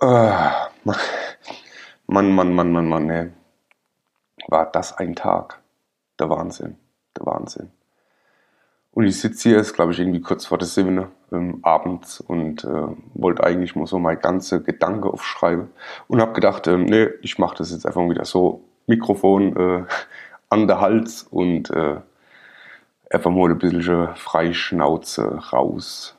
Ah, Mann, ey. War das ein Tag? Der Wahnsinn, der Wahnsinn. Und ich sitze hier, ist glaube ich irgendwie kurz vor der 7 abends und wollte eigentlich mal so meine ganze Gedanken aufschreiben und habe gedacht, nee, ich mache das jetzt einfach mal wieder so, Mikrofon an der Hals und einfach mal ein bisschen Freischnauze raus.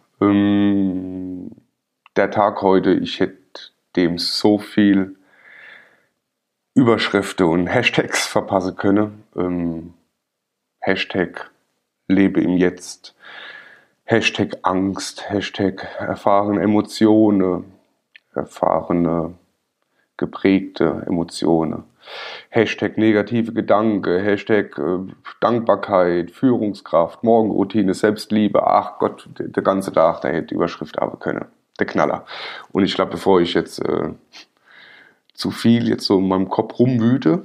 Der Tag heute, ich hätte dem so viel Überschriften und Hashtags verpassen können. Hashtag lebe im Jetzt, Hashtag Angst, Hashtag erfahrene Emotionen, erfahrene geprägte Emotionen, Hashtag negative Gedanken, Hashtag Dankbarkeit, Führungskraft, Morgenroutine, Selbstliebe. Ach Gott, der ganze Tag, der hätte Überschrift haben können. Der Knaller. Und ich glaube, bevor ich jetzt zu viel jetzt so in meinem Kopf rumwüte,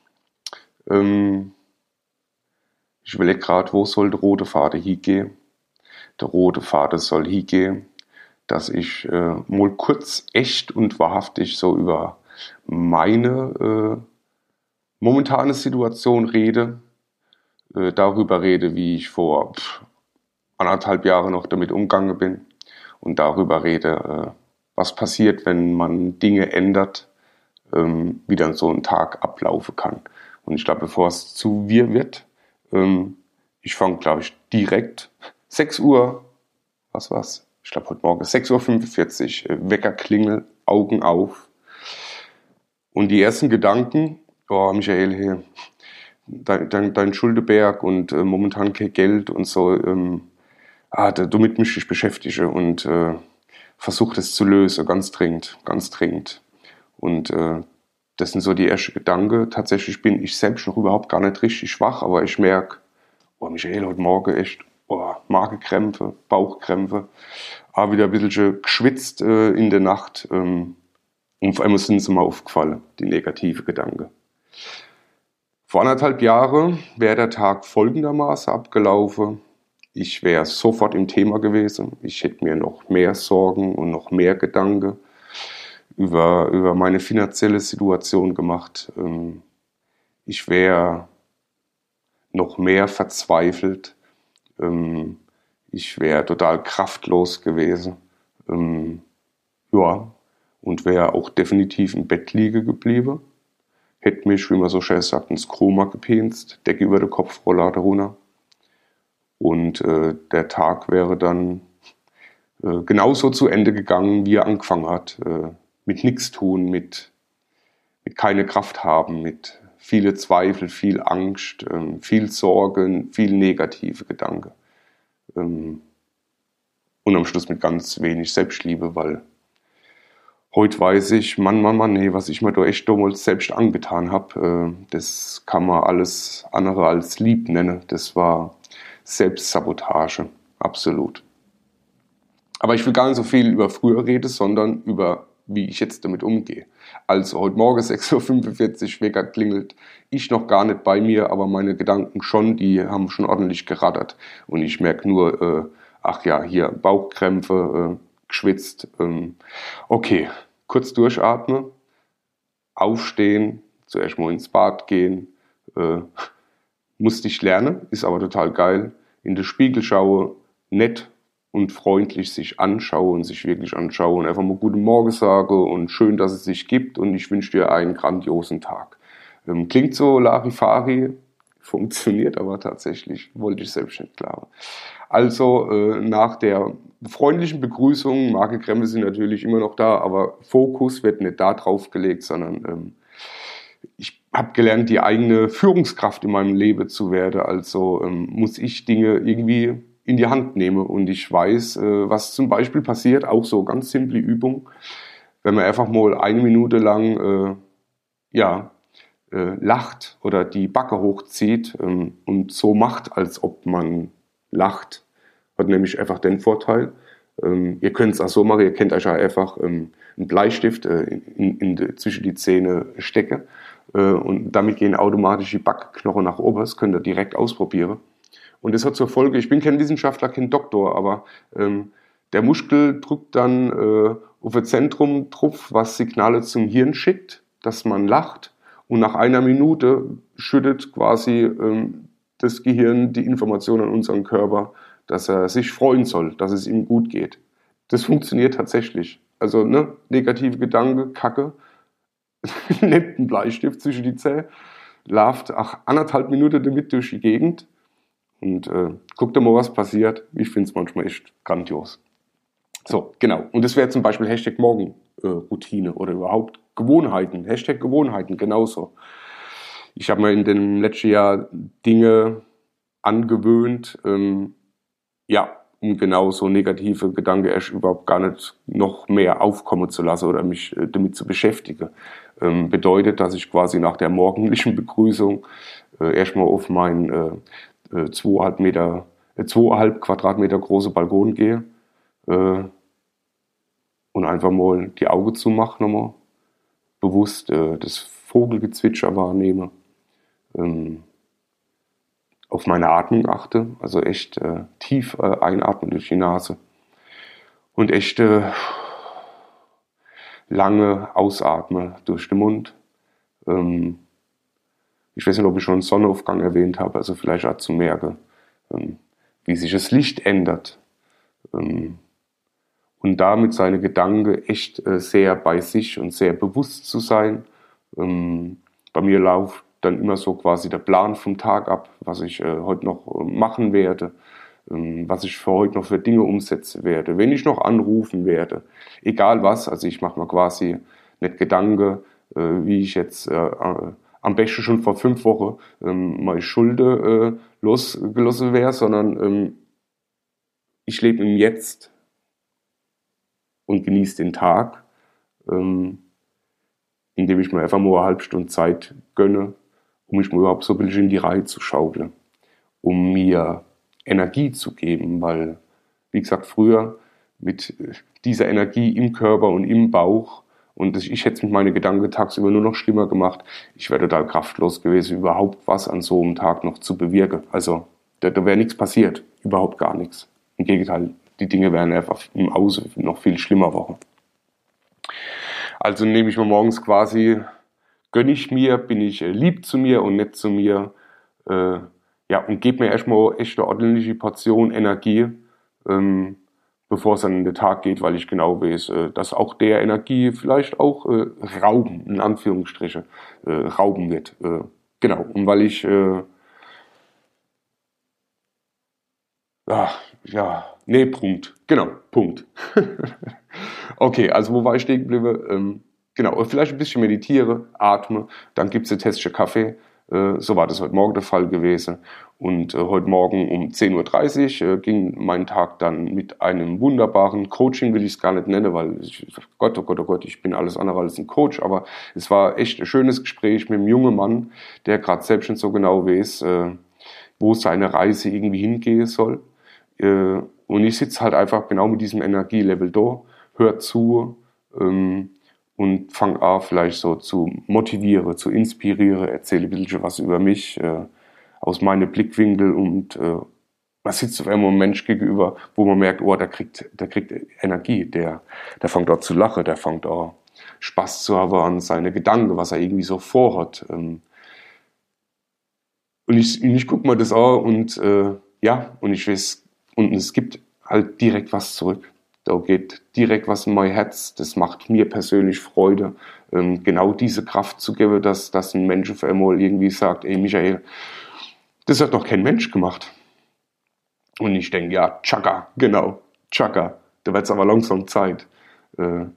ich überlege gerade, wo soll der rote Faden hingehen? Der rote Faden soll hingehen, dass ich mal kurz echt und wahrhaftig so über meine momentane Situation rede, darüber rede, wie ich vor 1,5 Jahren noch damit umgegangen bin und darüber rede, was passiert, wenn man Dinge ändert, wie dann so ein Tag ablaufen kann. Und ich glaube, bevor es zu wir wird, ich fange, glaube ich, direkt 6 Uhr, was war's? Ich glaube, heute Morgen 6:45 Uhr, Weckerklingel, Augen auf. Und die ersten Gedanken, oh Michael, hey, dein Schuldenberg und momentan kein Geld und so, damit möchte ich beschäftigen und versuche das zu lösen, ganz dringend, ganz dringend. Und das sind so die ersten Gedanken. Tatsächlich bin ich selbst noch überhaupt gar nicht richtig schwach, aber ich merke, oh Michael, heute Morgen echt, Magenkrämpfe, Bauchkrämpfe, wieder ein bisschen geschwitzt in der Nacht. Und auf einmal sind sie mir aufgefallen, die negative Gedanken. Vor 1,5 Jahren wäre der Tag folgendermaßen abgelaufen. Ich wäre sofort im Thema gewesen. Ich hätte mir noch mehr Sorgen und noch mehr Gedanken über meine finanzielle Situation gemacht. Ich wäre noch mehr verzweifelt. Ich wäre total kraftlos gewesen. Und wäre auch definitiv im Bett liegen geblieben. Hätte mich, wie man so schön sagt, ins Koma gepinst, Decke über den Kopf, Rollade runter. Und der Tag wäre dann genauso zu Ende gegangen, wie er angefangen hat. Mit nichts tun, mit keine Kraft haben, mit viele Zweifel, viel Angst, viel Sorgen, viel negative Gedanken. Und am Schluss mit ganz wenig Selbstliebe, weil heute weiß ich, Mann, nee, was ich mir da echt damals selbst angetan habe, das kann man alles andere als lieb nennen. Das war Selbstsabotage, absolut. Aber ich will gar nicht so viel über früher reden, sondern über wie ich jetzt damit umgehe. Also heute Morgen 6:45 Uhr, Wecker klingelt, ich noch gar nicht bei mir, aber meine Gedanken schon, die haben schon ordentlich gerattert. Und ich merke nur, hier Bauchkrämpfe, geschwitzt. Okay, kurz durchatmen, aufstehen, zuerst mal ins Bad gehen. Musste ich lernen, ist aber total geil. In den Spiegel schaue, nett und freundlich sich anschaue und sich wirklich anschaue und einfach mal guten Morgen sage und schön, dass es sich gibt und ich wünsche dir einen grandiosen Tag. Klingt so Larifari, funktioniert aber tatsächlich, wollte ich selbst nicht glauben. Also nach der freundlichen Begrüßung, Magenkrämpfe sind natürlich immer noch da, aber Fokus wird nicht da drauf gelegt, sondern ich habe gelernt, die eigene Führungskraft in meinem Leben zu werden. Also muss ich Dinge irgendwie in die Hand nehmen und ich weiß, was zum Beispiel passiert, auch so ganz simple Übung, wenn man einfach mal 1 Minute lang lacht oder die Backe hochzieht und so macht, als ob man lacht, hat nämlich einfach den Vorteil, ihr könnt es auch so machen, ihr könnt euch einfach einen Bleistift zwischen die Zähne stecken und damit gehen automatisch die Backknochen nach oben, das könnt ihr direkt ausprobieren. Und das hat zur Folge, ich bin kein Wissenschaftler, kein Doktor, aber Der Muskel drückt dann auf ein Zentrum drauf, was Signale zum Hirn schickt, dass man lacht. Und nach einer Minute schüttet quasi das Gehirn die Information an unseren Körper, dass er sich freuen soll, dass es ihm gut geht. Das funktioniert tatsächlich. Also negative Gedanken, Kacke, nimmt einen Bleistift zwischen die Zähne, lauft 1,5 Minuten damit durch die Gegend und guckt mal, was passiert. Ich finde es manchmal echt grandios. So, genau. Und das wäre zum Beispiel Hashtag Morgenroutine oder überhaupt Gewohnheiten. Hashtag Gewohnheiten, genauso. Ich habe mir in dem letzten Jahr Dinge angewöhnt, um genau so negative Gedanken erst überhaupt gar nicht noch mehr aufkommen zu lassen oder mich damit zu beschäftigen. Bedeutet, dass ich quasi nach der morgendlichen Begrüßung erstmal auf meinen 2,5 Quadratmeter große Balkon gehe und einfach mal die Augen zumache nochmal, bewusst das Vogelgezwitscher wahrnehme, auf meine Atmung achte, also echt tief einatmen durch die Nase und echt lange ausatme durch den Mund. Ich weiß nicht, ob ich schon Sonnenaufgang erwähnt habe, also vielleicht auch zu merken, wie sich das Licht ändert. Und damit seine Gedanken echt sehr bei sich und sehr bewusst zu sein. Bei mir läuft dann immer so quasi der Plan vom Tag ab, was ich heute noch machen werde, was ich für heute noch für Dinge umsetzen werde, wenn ich noch anrufen werde, egal was. Also ich mache mir quasi nicht Gedanken, wie ich jetzt am besten schon vor 5 Wochen meine Schulden losgelassen wäre, sondern ich lebe im Jetzt und genieße den Tag, indem ich mir einfach mal eine halbe Stunde Zeit gönne, um mich mal überhaupt so ein bisschen in die Reihe zu schaukeln, um mir Energie zu geben, weil, wie gesagt, früher mit dieser Energie im Körper und im Bauch, und ich hätte es mit meinen Gedanken tagsüber nur noch schlimmer gemacht, ich wäre total kraftlos gewesen, überhaupt was an so einem Tag noch zu bewirken. Also da wäre nichts passiert, überhaupt gar nichts. Im Gegenteil, die Dinge wären einfach im Außen noch viel schlimmer geworden. Also nehme ich mir morgens quasi, gönne ich mir, bin ich lieb zu mir und nett zu mir, und gebe mir erstmal echt eine ordentliche Portion Energie, bevor es dann in den Tag geht, weil ich genau weiß, dass auch der Energie vielleicht auch Rauben, in Anführungsstriche, rauben wird. Genau, und weil ich Punkt. Genau, Punkt. Okay, also wo war ich stehen geblieben? Genau, vielleicht ein bisschen meditiere, atme, dann gibt es eine Tässchen Kaffee. So war das heute Morgen der Fall gewesen. Und heute Morgen um 10:30 Uhr ging mein Tag dann mit einem wunderbaren Coaching, will ich es gar nicht nennen, weil oh Gott, ich bin alles andere als ein Coach, aber es war echt ein schönes Gespräch mit einem jungen Mann, der gerade selbst schon so genau weiß, wo seine Reise irgendwie hingehen soll. Und ich sitze halt einfach genau mit diesem Energielevel da, höre zu und fange an, vielleicht so zu motivieren, zu inspirieren, erzähle ein bisschen was über mich, aus meinen Blickwinkel und man sitzt auf einmal einem Mensch gegenüber, wo man merkt, oh, der kriegt Energie, der fängt an zu lachen, der fängt an Spaß zu haben an seine Gedanken, was er irgendwie so vorhat. Und ich gucke mir das an und und ich weiß, und es gibt halt direkt was zurück. Da geht direkt was in mein Herz. Das macht mir persönlich Freude, genau diese Kraft zu geben, dass ein Mensch auf einmal irgendwie sagt, ey Michael, das hat doch kein Mensch gemacht. Und ich denke, ja, tschakka, genau, tschakka. Da wird es aber langsam Zeit. Und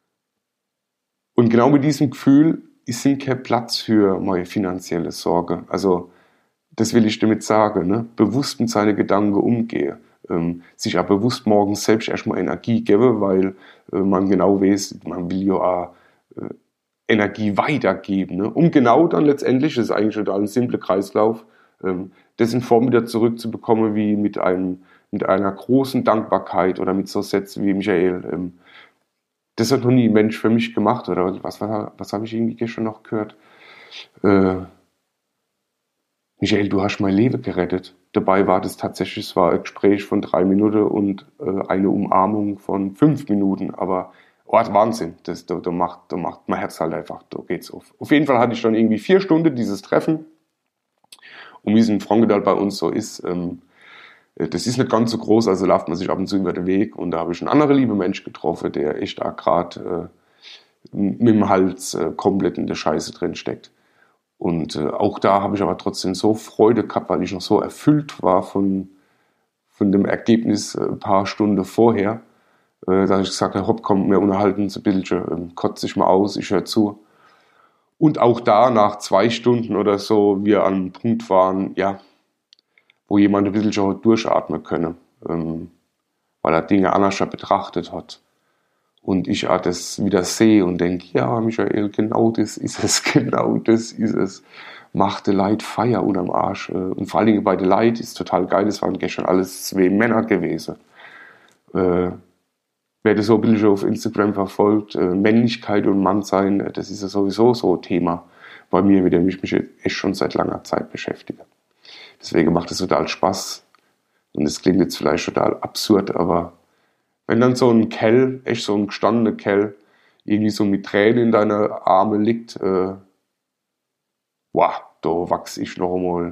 genau mit diesem Gefühl ist kein Platz für meine finanzielle Sorge. Also das will ich damit sagen, ne? Bewusst mit seinen Gedanken umgehen. Sich auch bewusst morgens selbst erstmal Energie geben, weil man genau weiß, man will ja auch Energie weitergeben. Ne? Um genau dann letztendlich, das ist eigentlich total ein simpler Kreislauf, das in Form wieder zurückzubekommen, wie mit einer großen Dankbarkeit oder mit so Sätzen wie Michael, das hat noch nie ein Mensch für mich gemacht, oder was habe ich irgendwie gestern noch gehört? Michael, du hast mein Leben gerettet. Dabei war das tatsächlich, es war ein Gespräch von 3 Minuten und eine Umarmung von 5 Minuten. Aber oh, Wahnsinn, da macht mein Herz halt einfach, da geht's auf. Auf jeden Fall hatte ich dann irgendwie 4 Stunden dieses Treffen. Und wie es in Frankenthal bei uns so ist, das ist nicht ganz so groß, also läuft man sich ab und zu über den Weg. Und da habe ich einen anderen lieben Mensch getroffen, der echt da gerade mit dem Hals komplett in der Scheiße drin steckt. Und auch da habe ich aber trotzdem so Freude gehabt, weil ich noch so erfüllt war von dem Ergebnis ein paar Stunden vorher, dass ich gesagt habe, hopp, komm, wir unterhalten uns ein bisschen, kotze ich mal aus, ich höre zu. Und auch da, nach 2 Stunden oder so, wir an einem Punkt waren, ja, wo jemand ein bisschen schon durchatmen könne, weil er Dinge anders betrachtet hat. Und ich das wieder sehe und denke, ja, Michael, genau das ist es, genau das ist es. Macht die Leute Feier unterm Arsch. Und vor allen Dingen bei den Leuten ist total geil, es waren gestern alles 2 Männer gewesen. Wer das so ein bisschen auf Instagram verfolgt, Männlichkeit und Mannsein, das ist ja sowieso so ein Thema bei mir, mit dem ich mich echt schon seit langer Zeit beschäftige. Deswegen macht es total Spaß. Und es klingt jetzt vielleicht total absurd, aber wenn dann so ein Kerl, echt so ein gestandener Kerl, irgendwie so mit Tränen in deine Arme liegt, wow, da wachse ich noch einmal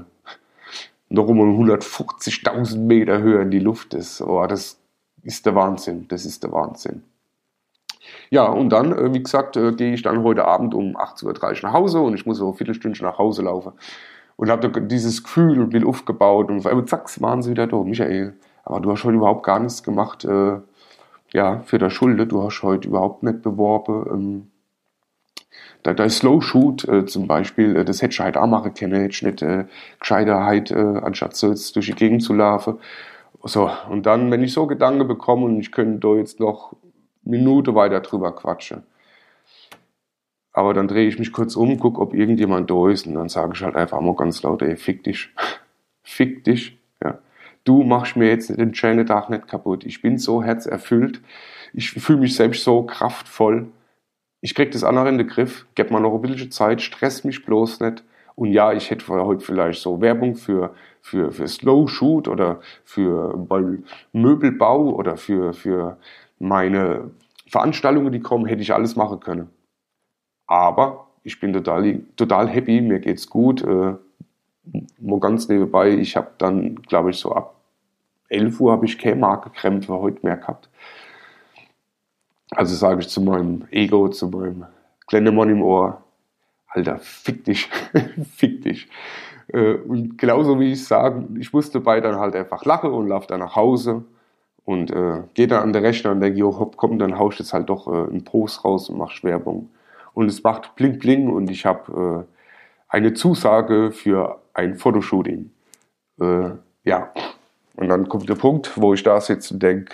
150.000 Meter höher in die Luft. Das ist der Wahnsinn, das ist der Wahnsinn. Ja, und dann, wie gesagt, gehe ich dann heute Abend um 18:30 Uhr nach Hause und ich muss so ein Viertelstündchen nach Hause laufen. Und habe da dieses Gefühl und bin aufgebaut und auf einmal zack, waren sie wieder da. Michael, aber du hast heute überhaupt gar nichts gemacht, ja, für der Schulde. Du hast heute überhaupt nicht beworben. Der Slow Shoot zum Beispiel, das hätte ich halt auch machen können, hätte ich nicht gescheiter halt, anstatt so jetzt durch die Gegend zu laufen. So, und dann, wenn ich so Gedanken bekomme und ich könnte da jetzt noch Minute weiter drüber quatschen. Aber dann drehe ich mich kurz um, gucke, ob irgendjemand da ist und dann sage ich halt einfach mal ganz laut, ey, fick dich. Fick dich. Ja. Du machst mir jetzt den schönen Tag nicht kaputt. Ich bin so herzerfüllt. Ich fühle mich selbst so kraftvoll. Ich krieg das andere in den Griff. Gib mal noch ein bisschen Zeit. Stress mich bloß nicht. Und ja, ich hätte heute vielleicht so Werbung für Slow Shoot oder für Möbelbau oder für meine Veranstaltungen, die kommen, hätte ich alles machen können. Aber ich bin total happy, mir geht's gut. Nur ganz nebenbei, ich habe dann, glaube ich, so ab 11 Uhr habe ich keine Magenkrämpfe heute mehr gehabt. Also sage ich zu meinem Ego, zu meinem kleinen Mann im Ohr, Alter, fick dich, fick dich. Und genauso wie ich sage, ich musste dabei dann halt einfach lachen und laufe dann nach Hause und gehe dann an den Rechner und denke, jo, hopp, komm, dann haust jetzt halt doch einen Post raus und mach Werbung. Und es macht bling bling und ich habe eine Zusage für ein Fotoshooting. Ja, und dann kommt der Punkt, wo ich da sitze und denke,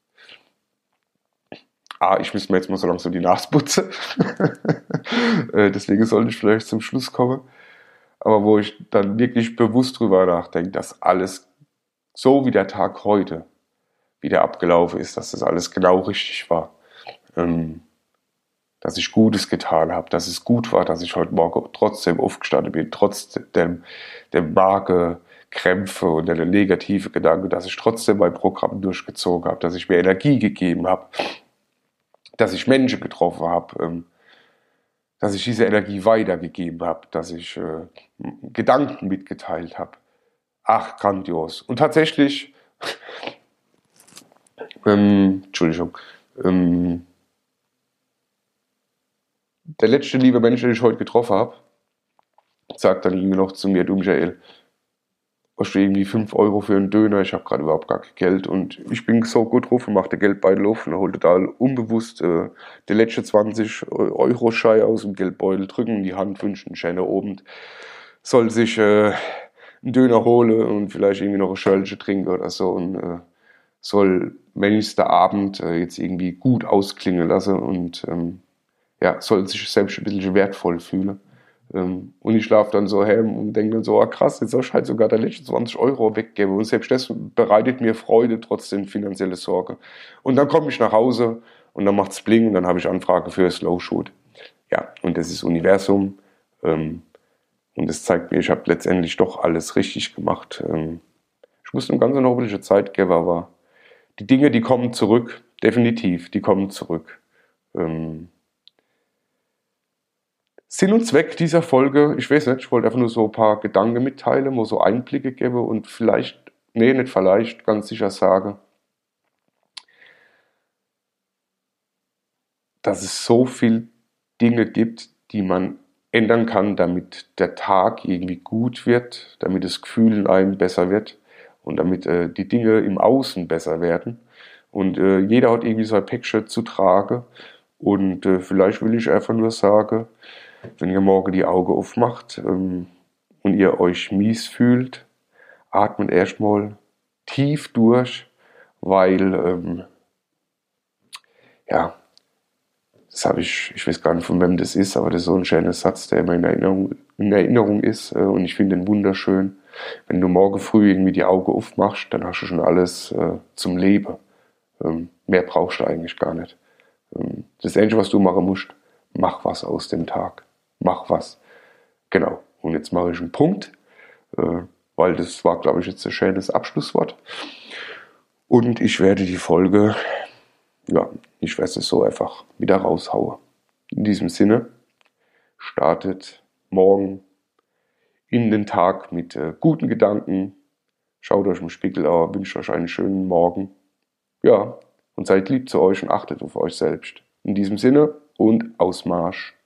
ich muss mir jetzt mal so langsam die Nase putzen. Deswegen sollte ich vielleicht zum Schluss kommen. Aber wo ich dann wirklich bewusst drüber nachdenke, dass alles so wie der Tag heute wieder abgelaufen ist, dass das alles genau richtig war. Dass ich Gutes getan habe, dass es gut war, dass ich heute Morgen trotzdem aufgestanden bin, trotz der Magenkrämpfe und der negative Gedanken, dass ich trotzdem mein Programm durchgezogen habe, dass ich mir Energie gegeben habe, dass ich Menschen getroffen habe, dass ich diese Energie weitergegeben habe, dass ich Gedanken mitgeteilt habe. Ach, grandios. Und tatsächlich, Entschuldigung, der letzte liebe Mensch, den ich heute getroffen habe, sagt dann irgendwie noch zu mir, du Michael, hast du irgendwie 5 Euro für einen Döner, ich habe gerade überhaupt gar kein Geld und ich bin so gut drauf und mache den Geldbeutel auf und hole total unbewusst der letzte 20-Euro-Schein aus dem Geldbeutel, drücken in die Hand, wünschen einen schönen Abend, soll sich einen Döner holen und vielleicht irgendwie noch ein Schölche trinken oder so und soll wenigstens der Abend jetzt irgendwie gut ausklingen lassen und ja, soll sich selbst ein bisschen wertvoll fühlen. Und ich schlafe dann so heim und denke dann so, krass, jetzt hast du halt sogar der letzte 20 Euro weggegeben. Und selbst das bereitet mir Freude, trotzdem finanzielle Sorge. Und dann komme ich nach Hause und dann macht's bling und dann habe ich Anfrage für Slow Shoot. Ja, und das ist Universum. Und Und es zeigt mir, ich habe letztendlich doch alles richtig gemacht. Ich muss dem Ganzen noch ein bisschen Zeit geben, aber die Dinge, die kommen zurück, definitiv, die kommen zurück. Sinn und Zweck dieser Folge, ich weiß nicht, ich wollte einfach nur so ein paar Gedanken mitteilen, wo so Einblicke gebe und vielleicht, nee, nicht vielleicht, ganz sicher sage, dass es so viele Dinge gibt, die man ändern kann, damit der Tag irgendwie gut wird, damit das Gefühl in einem besser wird und damit die Dinge im Außen besser werden. Und jeder hat irgendwie sein Päckchen zu tragen. Und vielleicht will ich einfach nur sagen, wenn ihr morgen die Augen aufmacht und ihr euch mies fühlt, atmet erstmal tief durch, weil ja, das habe ich weiß gar nicht, von wem das ist, aber das ist so ein schöner Satz, der immer in Erinnerung ist und ich finde ihn wunderschön. Wenn du morgen früh irgendwie die Augen aufmachst, dann hast du schon alles zum Leben. Mehr brauchst du eigentlich gar nicht. Das Einzige, was du machen musst, mach was aus dem Tag. Mach was. Genau. Und jetzt mache ich einen Punkt, weil das war, glaube ich, jetzt ein schönes Abschlusswort. Und ich werde die Folge, ja, ich werde es so einfach wieder raushauen. In diesem Sinne, startet morgen in den Tag mit guten Gedanken. Schaut euch im Spiegel an, wünscht euch einen schönen Morgen. Ja, und seid lieb zu euch und achtet auf euch selbst. In diesem Sinne und Ausmarsch.